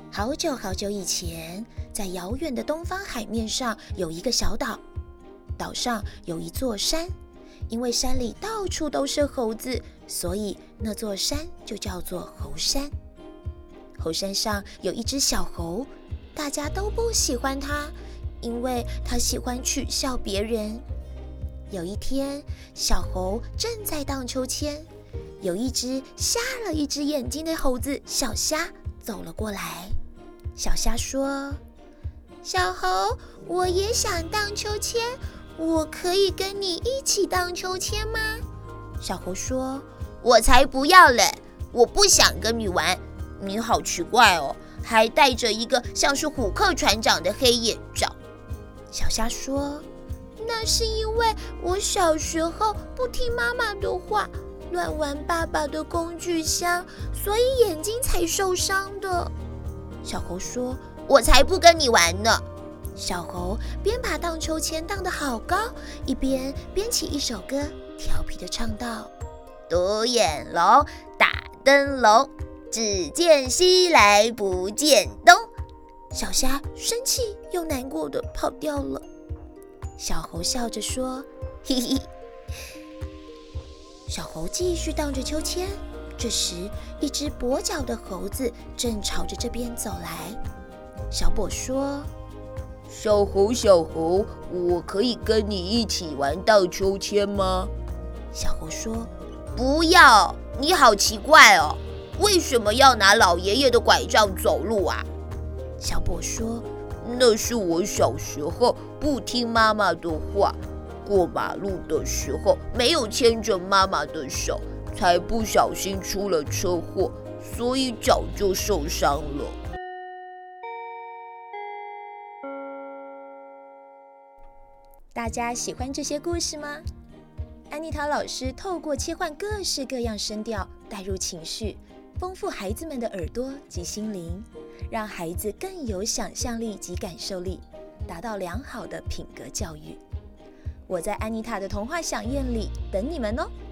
好久好久以前，在遥远的东方海面上有一个小岛，岛上有一座山，因为山里到处都是猴子，所以那座山就叫做猴山。猴山上有一只小猴，大家都不喜欢它，因为它喜欢取笑别人。有一天，小猴正在荡秋千，有一只瞎了一只眼睛的猴子小虾走了过来。小虾说：小猴，我也想荡秋千，我可以跟你一起荡秋千吗？小猴说：我才不要嘞，我不想跟你玩，你好奇怪哦，还戴着一个像是虎克船长的黑眼罩。小虾说：那是因为我小时候不听妈妈的话，乱玩爸爸的工具箱，所以眼睛才受伤的。小猴说：我才不跟你玩呢。小猴边把荡秋千荡得好高，一边编起一首歌，调皮地唱道：独眼龙，大灯笼，只见西来不见东。小虾生气又难过地跑掉了。小猴笑着说：嘿嘿。小猴继续荡着秋千，这时一只跛脚的猴子正朝着这边走来。小跛说：小猴小猴，我可以跟你一起玩荡秋千吗？小猴说：不要，你好奇怪哦，为什么要拿老爷爷的拐杖走路啊？小跛说：那是我小时候不听妈妈的话，过马路的时候没有牵着妈妈的手，才不小心出了车祸，所以脚就受伤了。大家喜欢这些故事吗？安妮塔老师透过切换各式各样声调，带入情绪，丰富孩子们的耳朵及心灵，让孩子更有想象力及感受力，达到良好的品格教育。我在安妮塔的童话飨宴里等你们哦。